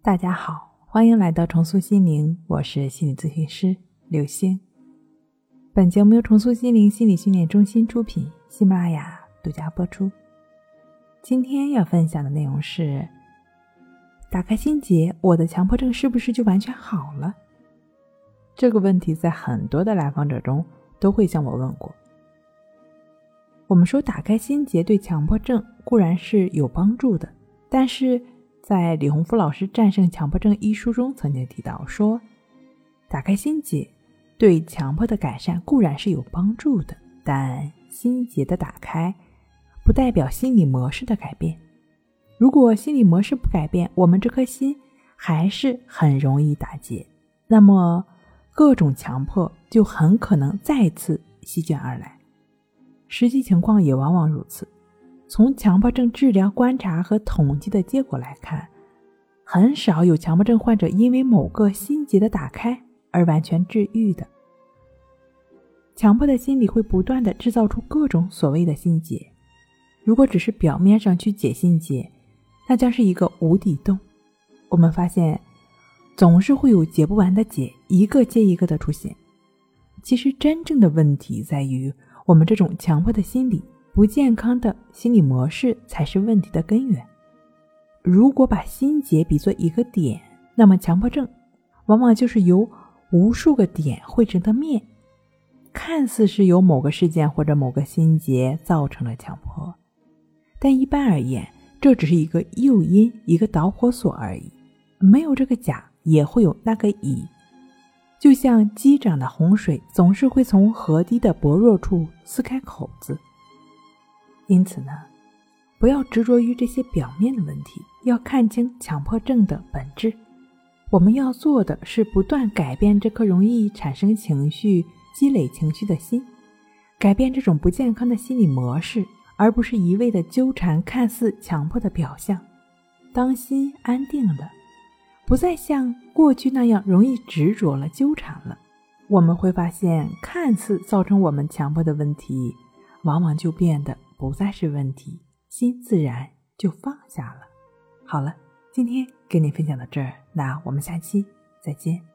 大家好，欢迎来到重塑心灵，我是心理咨询师刘星。本节目由重塑心灵心理训练中心出品，喜马拉雅独家播出。今天要分享的内容是：打开心结，我的强迫症是不是就完全好了？这个问题在很多的来访者中都会向我问过。我们说打开心结对强迫症固然是有帮助的，但是在李洪福老师《战胜强迫症》一书中曾经提到说，打开心结对强迫的改善固然是有帮助的，但心结的打开不代表心理模式的改变。如果心理模式不改变，我们这颗心还是很容易打结，那么各种强迫就很可能再次席卷而来。实际情况也往往如此。从强迫症治疗观察和统计的结果来看，很少有强迫症患者因为某个心结的打开而完全治愈的。强迫的心理会不断地制造出各种所谓的心结，如果只是表面上去解心结，那将是一个无底洞。我们发现总是会有解不完的结，一个接一个的出现。其实真正的问题在于我们这种强迫的心理，不健康的心理模式才是问题的根源。如果把心结比作一个点，那么强迫症往往就是由无数个点汇成的面，看似是由某个事件或者某个心结造成了强迫，但一般而言，这只是一个诱因，一个导火索而已。没有这个甲，也会有那个乙。就像积涨的洪水总是会从河堤的薄弱处撕开口子。因此呢，不要执着于这些表面的问题，要看清强迫症的本质。我们要做的是不断改变这颗容易产生情绪、积累情绪的心，改变这种不健康的心理模式，而不是一味的纠缠看似强迫的表象。当心安定了，不再像过去那样容易执着了、纠缠了，我们会发现看似造成我们强迫的问题，往往就变得不再是问题，心自然就放下了。好了，今天跟你分享到这儿，那我们下期再见。